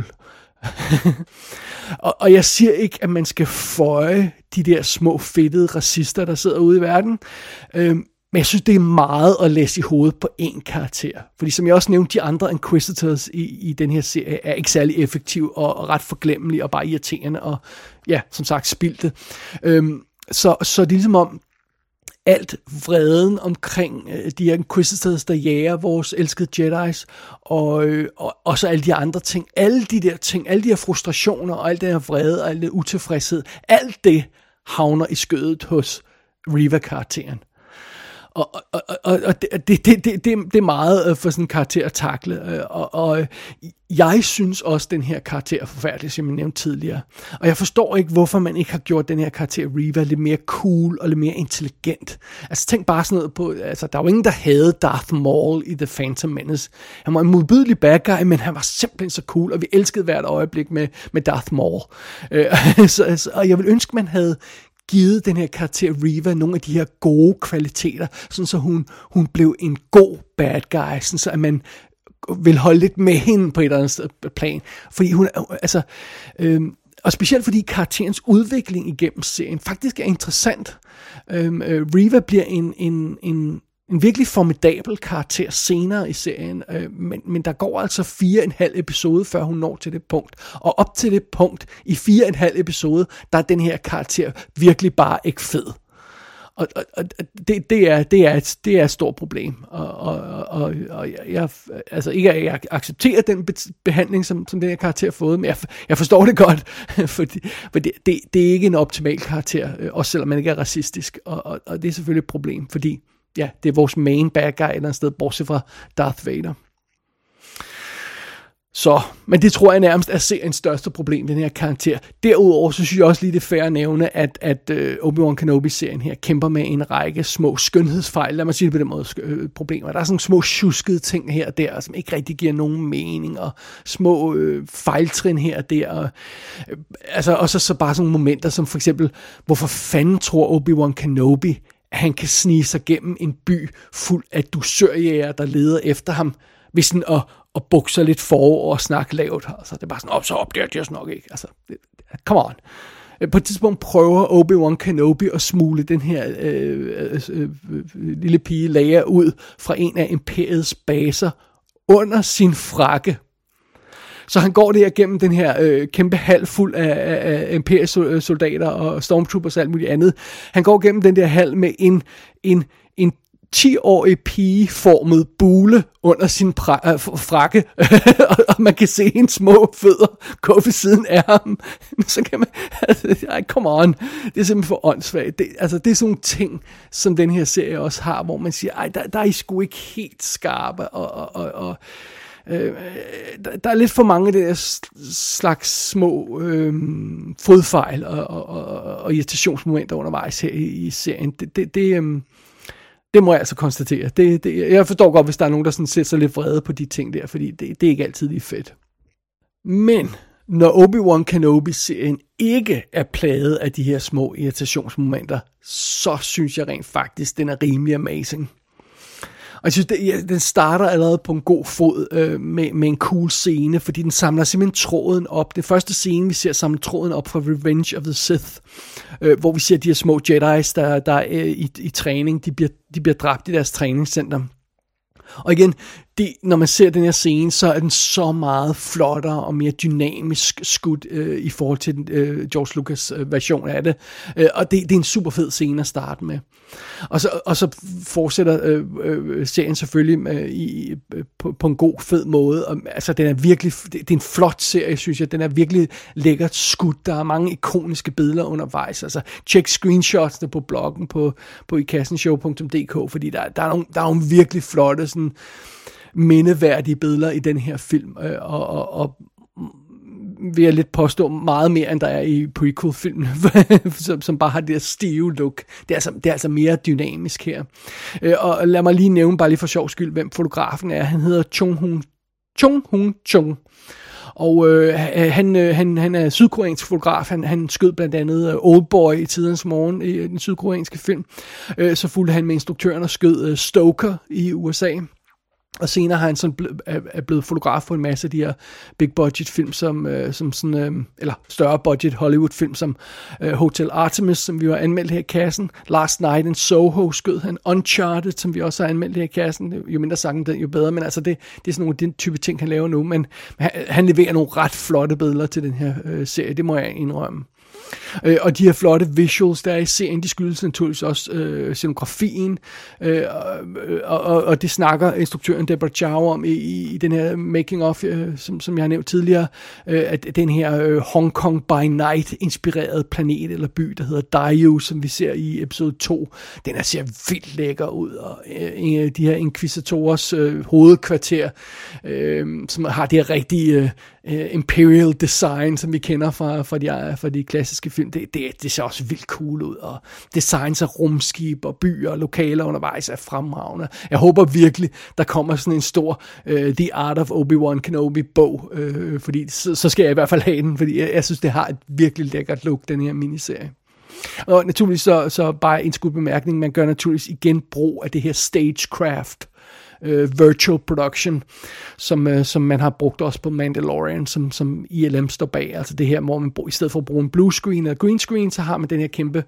og, og jeg siger ikke, at man skal føje de der små fedtede racister, der sidder ude i verden. Øh, Men jeg synes, det er meget at læse i hovedet på én karakter. Fordi som jeg også nævnte, de andre Inquisitors i, i den her serie er ikke særlig effektive og, og ret forglemmelige og bare irriterende og ja, som sagt spildte. Øhm, så, så det er ligesom om alt vreden omkring øh, de her Inquisitors, der jager vores elskede Jedi's og, øh, og, og så alle de andre ting. Alle de der ting, alle de her frustrationer og al den her vrede og al den utilfredshed, alt det havner i skødet hos Reva-karakteren. Og, og, og, og det, det, det, det, det er meget for sådan en karakter at takle, og, og jeg synes også, at den her karakter er forfærdelig, som jeg nævnte tidligere. Og jeg forstår ikke, hvorfor man ikke har gjort den her karakter Reva lidt mere cool og lidt mere intelligent. Altså tænk bare sådan noget på, altså der var ingen, der havde Darth Maul i The Phantom Menace. Han var en modbydelig bad guy, men han var simpelthen så cool, og vi elskede hvert øjeblik med, med Darth Maul. så, så, og jeg vil ønske, man havde givet den her karakter Reva nogle af de her gode kvaliteter, sådan så hun, hun blev en god bad guy, sådan så at man vil holde lidt med hende på et eller andet plan. Fordi hun, altså, øhm, og specielt fordi karakterens udvikling igennem serien faktisk er interessant. Øhm, øh, Reva bliver en, en, en En virkelig formidabel karakter senere i serien, øh, men, men der går altså fire og en halv episode, før hun når til det punkt. Og op til det punkt, i fire og en halv episode, der er den her karakter virkelig bare ikke fed. Og, og, og det, det, er, det, er et, det er et stort problem. Og, og, og, og jeg, altså ikke at jeg accepterer den behandling, som, som den her karakter har fået, men jeg, jeg forstår det godt, fordi, for det, det, det er ikke en optimal karakter, også selvom man ikke er racistisk. Og, og, og det er selvfølgelig et problem, fordi ja, det er vores main bad guy et eller andet sted, bortset fra Darth Vader. Så, men det tror jeg nærmest er seriens største problem, den her karakter. Derudover, så synes jeg også lige det er fair at nævne, at, at uh, Obi-Wan Kenobi-serien her kæmper med en række små skønhedsfejl, lad mig sige det på den måde, øh, problemer. Der er sådan små tjuskede ting her og der, som ikke rigtig giver nogen mening, og små øh, fejltrin her og der. Og, øh, altså, og så, så bare sådan nogle momenter, som for eksempel, hvorfor fanden tror Obi-Wan Kenobi, at han kan snige sig gennem en by fuld af dusørjæger, der leder efter ham, hvis sådan at, at bukke sig lidt forover og snakke lavt. Altså, det er bare sådan, op så op, det er det nok ikke. Altså, come on. På et tidspunkt prøver Obi-Wan Kenobi at smule den her øh, øh, øh, lille pige Leia ud fra en af imperiets baser under sin frakke. Så han går der gennem den her øh, kæmpe hal fuld af, af, af Imperial-soldater og Stormtroopers og alt muligt andet. Han går gennem den der hal med en, en, en ti-årig pigeformet bule under sin pra- øh, frakke, og, og man kan se hendes små fødder gå ved siden af ham. Så kan man, altså, ej, come on, det er simpelthen for åndssvagt. Det, altså, det er sådan nogle ting, som den her serie også har, hvor man siger, ej, der, der er I sgu ikke helt skarpe, og, og, og, og øh, der, der er lidt for mange af de der slags små øh, fodfejl og, og, og, og irritationsmomenter undervejs her i, i serien. Det, det, det øh, Det må jeg altså konstatere. Det, det, jeg forstår godt, hvis der er nogen, der sådan sætter sig lidt vrede på de ting der, fordi det, det er ikke altid lige fedt. Men når Obi-Wan Kenobi-serien ikke er plaget af de her små irritationsmomenter, så synes jeg rent faktisk, den er rimelig amazing. Og jeg synes, det, ja, den starter allerede på en god fod øh, med, med en cool scene, fordi den samler simpelthen tråden op. Det første scene, vi ser samle tråden op fra Revenge of the Sith, øh, hvor vi ser de her små Jedi's, der, der er øh, i, i træning. De bliver, de bliver dræbt i deres træningscenter. Og igen, det, når man ser den her scene, så er den så meget flottere og mere dynamisk skudt øh, i forhold til den, øh, George Lucas øh, version af det. Øh, og det, det er en super fed scene at starte med. Og så, og så fortsætter øh, øh, serien selvfølgelig øh, i, øh, på, på en god, fed måde. Og, altså, den er virkelig, det, det er en flot serie, synes jeg. Den er virkelig lækkert skudt. Der er mange ikoniske billeder undervejs. Altså, check screenshotsene på bloggen på, på ikassenshow punktum d k, fordi der, der, er nogle, der er nogle virkelig flotte sådan mindeværdige billeder i den her film, og, og, og vil jeg lidt påstå meget mere, end der er i prequel-filmen, som, som bare har det der stive look. Det er, altså, det er altså mere dynamisk her. Og lad mig lige nævne, bare lige for sjov skyld, hvem fotografen er. Han hedder Chung Hun Chung Hun Chung. Og øh, han, øh, han, han er sydkoreansk fotograf. Han, han skød blandt andet uh, Oldboy i tidernes morgen i den sydkoreanske film. Øh, så fulgte han med instruktøren og skød uh, Stoker i U S A. Og senere har han sådan ble, er blevet fotograf på en masse af de her big budget film, som, øh, som sådan, øh, eller større budget Hollywood film, som øh, Hotel Artemis, som vi har anmeldt her i kassen. Last Night in Soho skød han. Uncharted, som vi også har anmeldt her i kassen. Jo mindre sangen, den, jo bedre. Men altså, det, det er sådan nogle den type ting, han laver nu. Men han, han leverer nogle ret flotte billeder til den her øh, serie. Det må jeg indrømme. Øh, og de her flotte visuals, der er i serien, de skyldes naturligvis også øh, scenografien, øh, og, og, og det snakker instruktøren Deborah Chow om i, i, i den her making-of, øh, som, som jeg har nævnt tidligere, øh, at den her øh, Hong Kong by Night-inspirerede planet eller by, der hedder Daiyu, som vi ser i episode to, den her ser vildt lækker ud, og øh, de her inquisitorers øh, hovedkvarter, øh, som har det her rigtige øh, imperial design, som vi kender fra, fra, de, fra de klassiske film, det, det, det ser også vildt cool ud, og designs af rumskib og byer og lokaler undervejs er fremragende. Jeg håber virkelig, der kommer sådan en stor uh, The Art of Obi-Wan Kenobi bog, uh, fordi så, så skal jeg i hvert fald have den, fordi jeg, jeg synes, det har et virkelig lækkert look, den her miniserie. Og naturligvis så, så bare en skud bemærkning, man gør naturligvis igen brug af det her stagecraft, Uh, virtual production, som, uh, som man har brugt også på Mandalorian, som, som I L M står bag. Altså det her, hvor man i stedet for at bruge en blue screen eller green screen, så har man den her kæmpe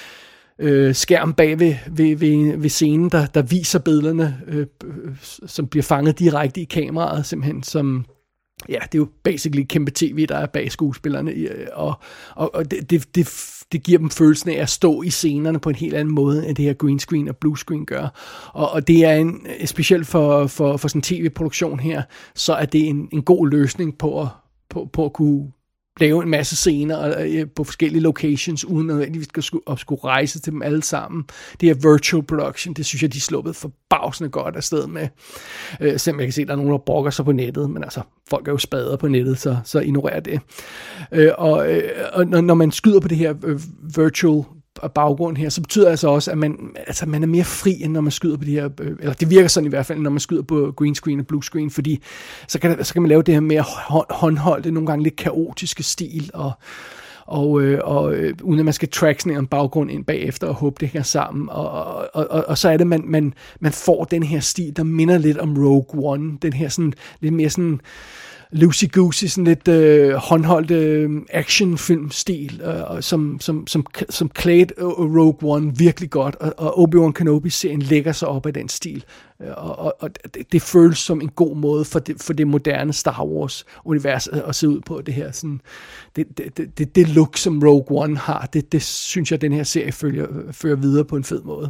uh, skærm bag ved, ved, ved, ved scenen, der, der viser billederne, uh, som bliver fanget direkte i kameraet, simpelthen som... Ja, det er jo basically kæmpe tv, der er bag skuespillerne, og, og, og det, det, det, det giver dem følelsen af at stå i scenerne på en helt anden måde, end det her green screen og blue screen gør. Og, og det er en, specielt for, for, for sådan en tv-produktion her, så er det en, en god løsning på at, på, på at kunne lave en masse scener på forskellige locations, uden nødvendigvis at skulle, at skulle rejse til dem alle sammen. Det her virtual production, det synes jeg, de er sluppet forbavsende godt afsted med. Øh, selvom jeg kan se, at der er nogen, der brokker sig på nettet, men altså, folk er jo spader på nettet, så, så ignorer det. Øh, og øh, og når, når man skyder på det her øh, virtual baggrund her, så betyder det altså også, at man, altså man er mere fri, end når man skyder på de her, eller det virker sådan i hvert fald, når man skyder på green screen og blue screen, fordi så kan, så kan man lave det her mere håndholdte, nogle gange lidt kaotiske stil, og, og, øh, og øh, uden at man skal track sådan en baggrund ind bagefter og håbe det her sammen, og, og, og, og så er det, man, man, man får den her stil, der minder lidt om Rogue One, den her sådan, lidt mere sådan loosey-goosey, sådan lidt øh, håndholdt øh, actionfilmstil, øh, som, som, som, som klædte Rogue One virkelig godt, og, og Obi-Wan Kenobi-serien lægger sig op af den stil. Og, og, og det, det føles som en god måde for det, for det moderne Star Wars-univers at, at se ud på det her. Sådan, det, det, det, det look, som Rogue One har, det, det synes jeg, den her serie følger, fører videre på en fed måde.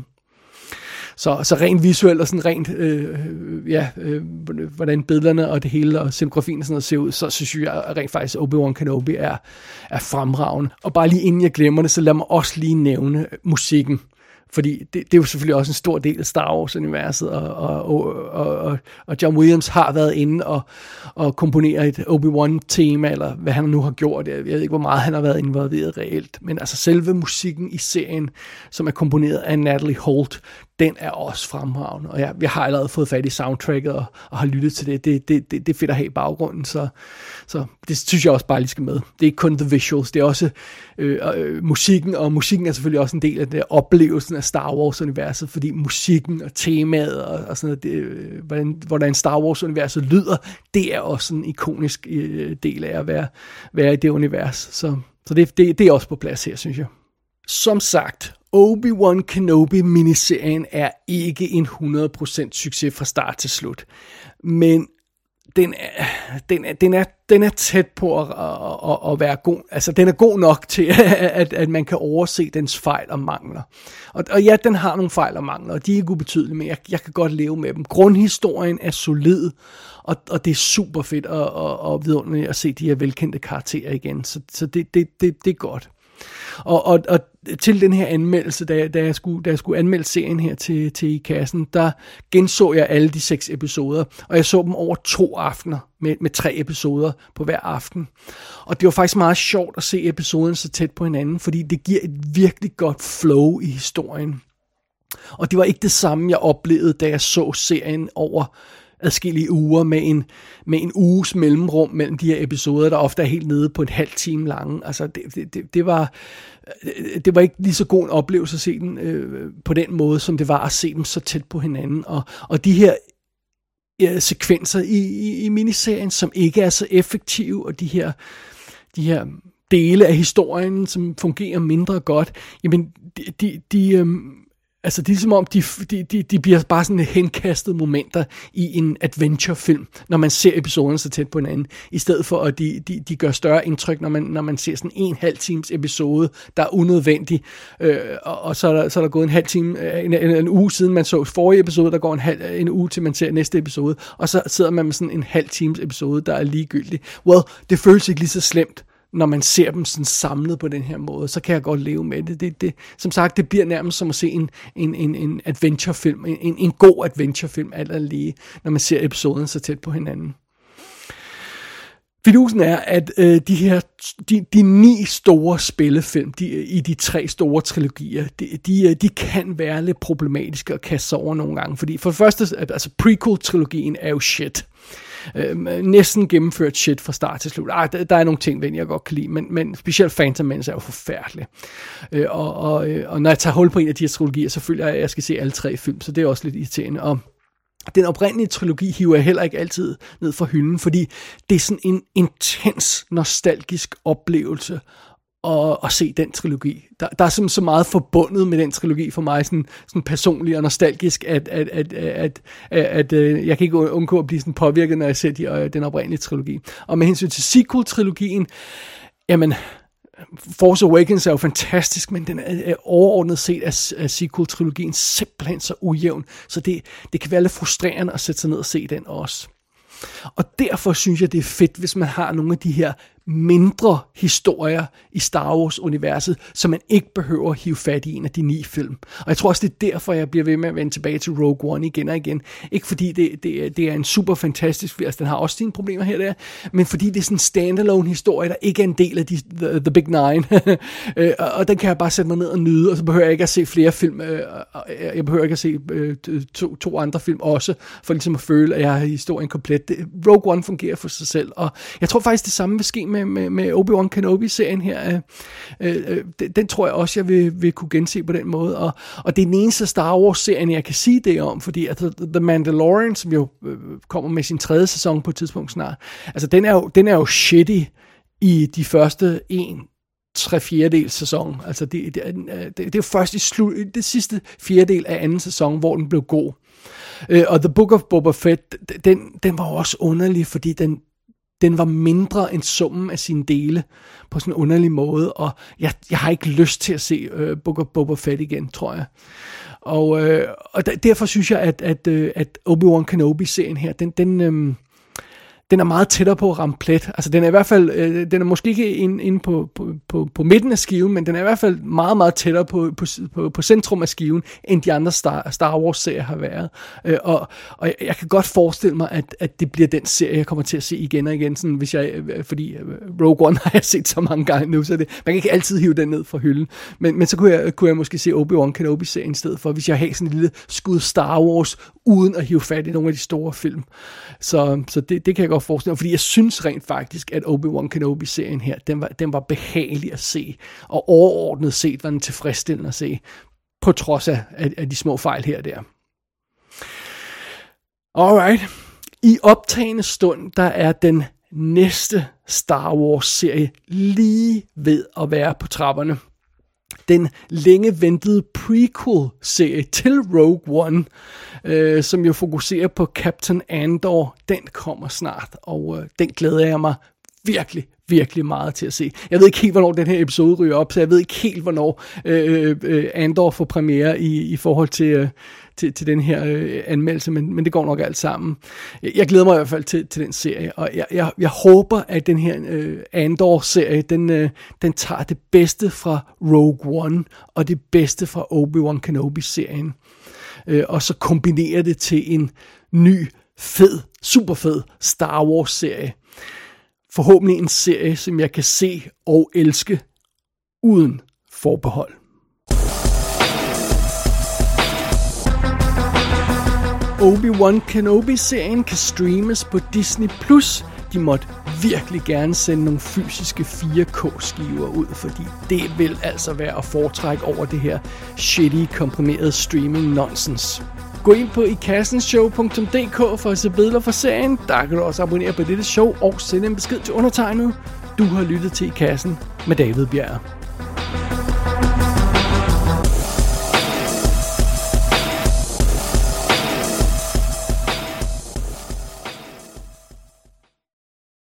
Så, så rent visuelt og sådan rent, øh, ja, øh, hvordan billederne og det hele og scenografien og sådan noget ser ud, så, så synes jeg at rent faktisk Obi-Wan Kenobi er, er fremragende. Og bare lige inden jeg glemmer det, så lad mig også lige nævne musikken. Fordi det, det er jo selvfølgelig også en stor del af Star Wars-universet, og, og, og, og, og John Williams har været inde og, og komponere et Obi-Wan-tema, eller hvad han nu har gjort. Jeg ved ikke, hvor meget han har været involveret reelt. Men altså selve musikken i serien, som er komponeret af Natalie Holt, den er også fremragende. Og jeg, jeg har allerede fået fat i soundtracket og, og har lyttet til det. Det, det, det, det er fedt at have i baggrunden, så, så det synes jeg også bare lige skal med. Det er ikke kun the visuals, det er også øh, øh, musikken, og musikken er selvfølgelig også en del af det oplevelsen af Star Wars-universet, fordi musikken og temaet og, og sådan noget, det, øh, hvordan, hvordan Star Wars-universet lyder, det er også en ikonisk øh, del af at være, være i det univers. Så, så det, det, det er også på plads her, synes jeg. Som sagt, Obi-Wan Kenobi-miniserien er ikke en hundrede procent succes fra start til slut. Men den er, den er, den er, den er tæt på at, at, at være god. Altså, den er god nok til, at, at man kan overse dens fejl og mangler. Og, og ja, den har nogle fejl og mangler, og de er ikke ubetydelige, men jeg, jeg kan godt leve med dem. Grundhistorien er solid, og, og det er super fedt og, og, og vidunderligt at se de her velkendte karakterer igen. Så, så det, det, det, det er godt. Og, og, og til den her anmeldelse, da, da, jeg, skulle, da jeg skulle anmelde serien her til, til i kassen, der genså jeg alle de seks episoder, og jeg så dem over to aftener med, med tre episoder på hver aften. Og det var faktisk meget sjovt at se episoderne så tæt på hinanden, fordi det giver et virkelig godt flow i historien. Og det var ikke det samme, jeg oplevede, da jeg så serien over adskillige uger med en, med en uges mellemrum mellem de her episoder, der ofte er helt nede på en halv time lange. Altså, det, det, det, var, det var ikke lige så god en oplevelse at se den øh, på den måde, som det var at se dem så tæt på hinanden. Og, og de her øh, sekvenser i, i, i miniserien, som ikke er så effektive, og de her, de her dele af historien, som fungerer mindre godt, jamen, de... de, de øh, Altså, det er som om, de, de, de, de bliver bare sådan henkastede momenter i en adventure-film, når man ser episoderne så tæt på hinanden, i stedet for, at de, de, de gør større indtryk, når man, når man ser sådan en halv times episode, der er unødvendig, øh, og, og så er, der, så er der gået en halv time, en, en, en uge siden man så forrige episode, der går en, halv, en uge til man ser næste episode, og så sidder man med sådan en halv times episode, der er ligegyldig. Well, det føles ikke lige så slemt, når man ser dem sådan samlet på den her måde, så kan jeg godt leve med det. det, det som sagt, det bliver nærmest som at se en, en, en, en adventurefilm, en, en god adventurefilm, alt er lige, når man ser episoden så tæt på hinanden. Fidusen er, at øh, de her de, de ni store spillefilm de, i de tre store trilogier, de, de, de kan være lidt problematiske at kaste sig over nogle gange, fordi for det første, altså prequel-trilogien er jo shit. Øh, næsten gennemført shit fra start til slut. Ej, der, der er nogle ting, jeg godt kan lide, men, men specielt Phantom Menace er jo forfærdelig. Øh, og, og, og når jeg tager hul på en af de her trilogier, så føler jeg, at jeg skal se alle tre film, så det er også lidt irriterende. Og den oprindelige trilogi hiver jeg heller ikke altid ned fra hylden, fordi det er sådan en intens, nostalgisk oplevelse at, at se den trilogi. Der, der er simpelthen så meget forbundet med den trilogi for mig, sådan, sådan personligt og nostalgisk, at, at, at, at, at, at, at jeg kan ikke undgå at blive sådan påvirket, når jeg ser de, den oprindelige trilogi. Og med hensyn til sequel-trilogien, jamen, Force Awakens er jo fantastisk, men den er overordnet set af, af sequel-trilogien simpelthen så ujævn, så det, det kan være lidt frustrerende at sætte sig ned og se den også. Og derfor synes jeg, det er fedt, hvis man har nogle af de her mindre historier i Star Wars-universet, som man ikke behøver at hive fat i en af de ni film. Og jeg tror også, det er derfor, jeg bliver ved med at vende tilbage til Rogue One igen og igen. Ikke fordi det, det, det er en super fantastisk film, altså den har også sine problemer her og der, men fordi det er sådan en standalone historie, der ikke er en del af de, the, the Big Nine. og, og den kan jeg bare sætte mig ned og nyde, og så behøver jeg ikke at se flere film. Jeg behøver ikke at se to, to andre film også, for ligesom at føle, at jeg har historien komplet. Rogue One fungerer for sig selv, og jeg tror faktisk, det samme vil ske med med, med, med Obi-Wan Kenobi-serien her. Øh, øh, den, den tror jeg også, jeg vil, vil kunne gense på den måde. Og, og det er den eneste Star Wars-serien, jeg kan sige det om, fordi altså, The Mandalorian, som jo øh, kommer med sin tredje sæson på et tidspunkt snart, altså den er jo, den er jo shitty i de første en tre fjerdedels sæson. Altså det, det, det, det er jo først i slut, det sidste fjerdedel af anden sæson, hvor den blev god. Uh, og The Book of Boba Fett, den, den var også underlig, fordi den, den var mindre end summen af sine dele på sådan en underlig måde, og jeg, jeg har ikke lyst til at se uh, Book of Boba Fett igen, tror jeg. Og, uh, og derfor synes jeg, at, at, uh, at Obi-Wan Kenobi-serien her, den, den, um, den er meget tættere på at ramme plet. Altså den er i hvert fald, øh, den er måske ikke inde, inde på, på, på, på midten af skiven, men den er i hvert fald meget, meget tættere på, på, på, på centrum af skiven, end de andre Star, Star Wars-serier har været. Øh, og og jeg, jeg kan godt forestille mig, at, at det bliver den serie, jeg kommer til at se igen og igen, sådan, hvis jeg, fordi Rogue One har jeg set så mange gange nu, så det, man kan ikke altid hive den ned fra hylden. Men, men så kunne jeg, kunne jeg måske se Obi-Wan Kenobi-serien i stedet for, hvis jeg har sådan en lille skud Star Wars, uden at hive fat i nogle af de store film. Så, så det, det kan jeg godt forestille mig, fordi jeg synes rent faktisk, at Obi-Wan Kenobi-serien her, den var, den var behagelig at se, og overordnet set var den tilfredsstillende at se, på trods af, af, af de små fejl her og der. Alright. I optagende stund, der er den næste Star Wars-serie lige ved at være på trapperne. Den længe ventede prequel-serie til Rogue One, øh, som jo fokuserer på Captain Andor, den kommer snart, og øh, den glæder jeg mig virkelig, virkelig meget til at se. Jeg ved ikke helt, hvornår den her episode ryger op, så jeg ved ikke helt, hvornår øh, øh, Andor får premiere i, i forhold til, øh, til, til den her øh, anmeldelse, men, men det går nok alt sammen. Jeg glæder mig i hvert fald til, til den serie, og jeg, jeg, jeg håber, at den her øh, Andor-serie, den, øh, den tager det bedste fra Rogue One, og det bedste fra Obi-Wan Kenobi-serien, øh, og så kombinerer det til en ny, fed, super fed Star Wars-serie. Forhåbentlig en serie, som jeg kan se og elske uden forbehold. Obi-Wan Kenobi-serien kan streames på Disney plus. De måtte virkelig gerne sende nogle fysiske fire K-skiver ud, fordi det vil altså være at foretrække over det her shitty, komprimerede streaming-nonsens. Gå ind på i kassen show punktum d k for at se billeder fra serien. Der kan du også abonnere på dette show og sende en besked til undertegnet. Du har lyttet til I Kassen med David Bjerg.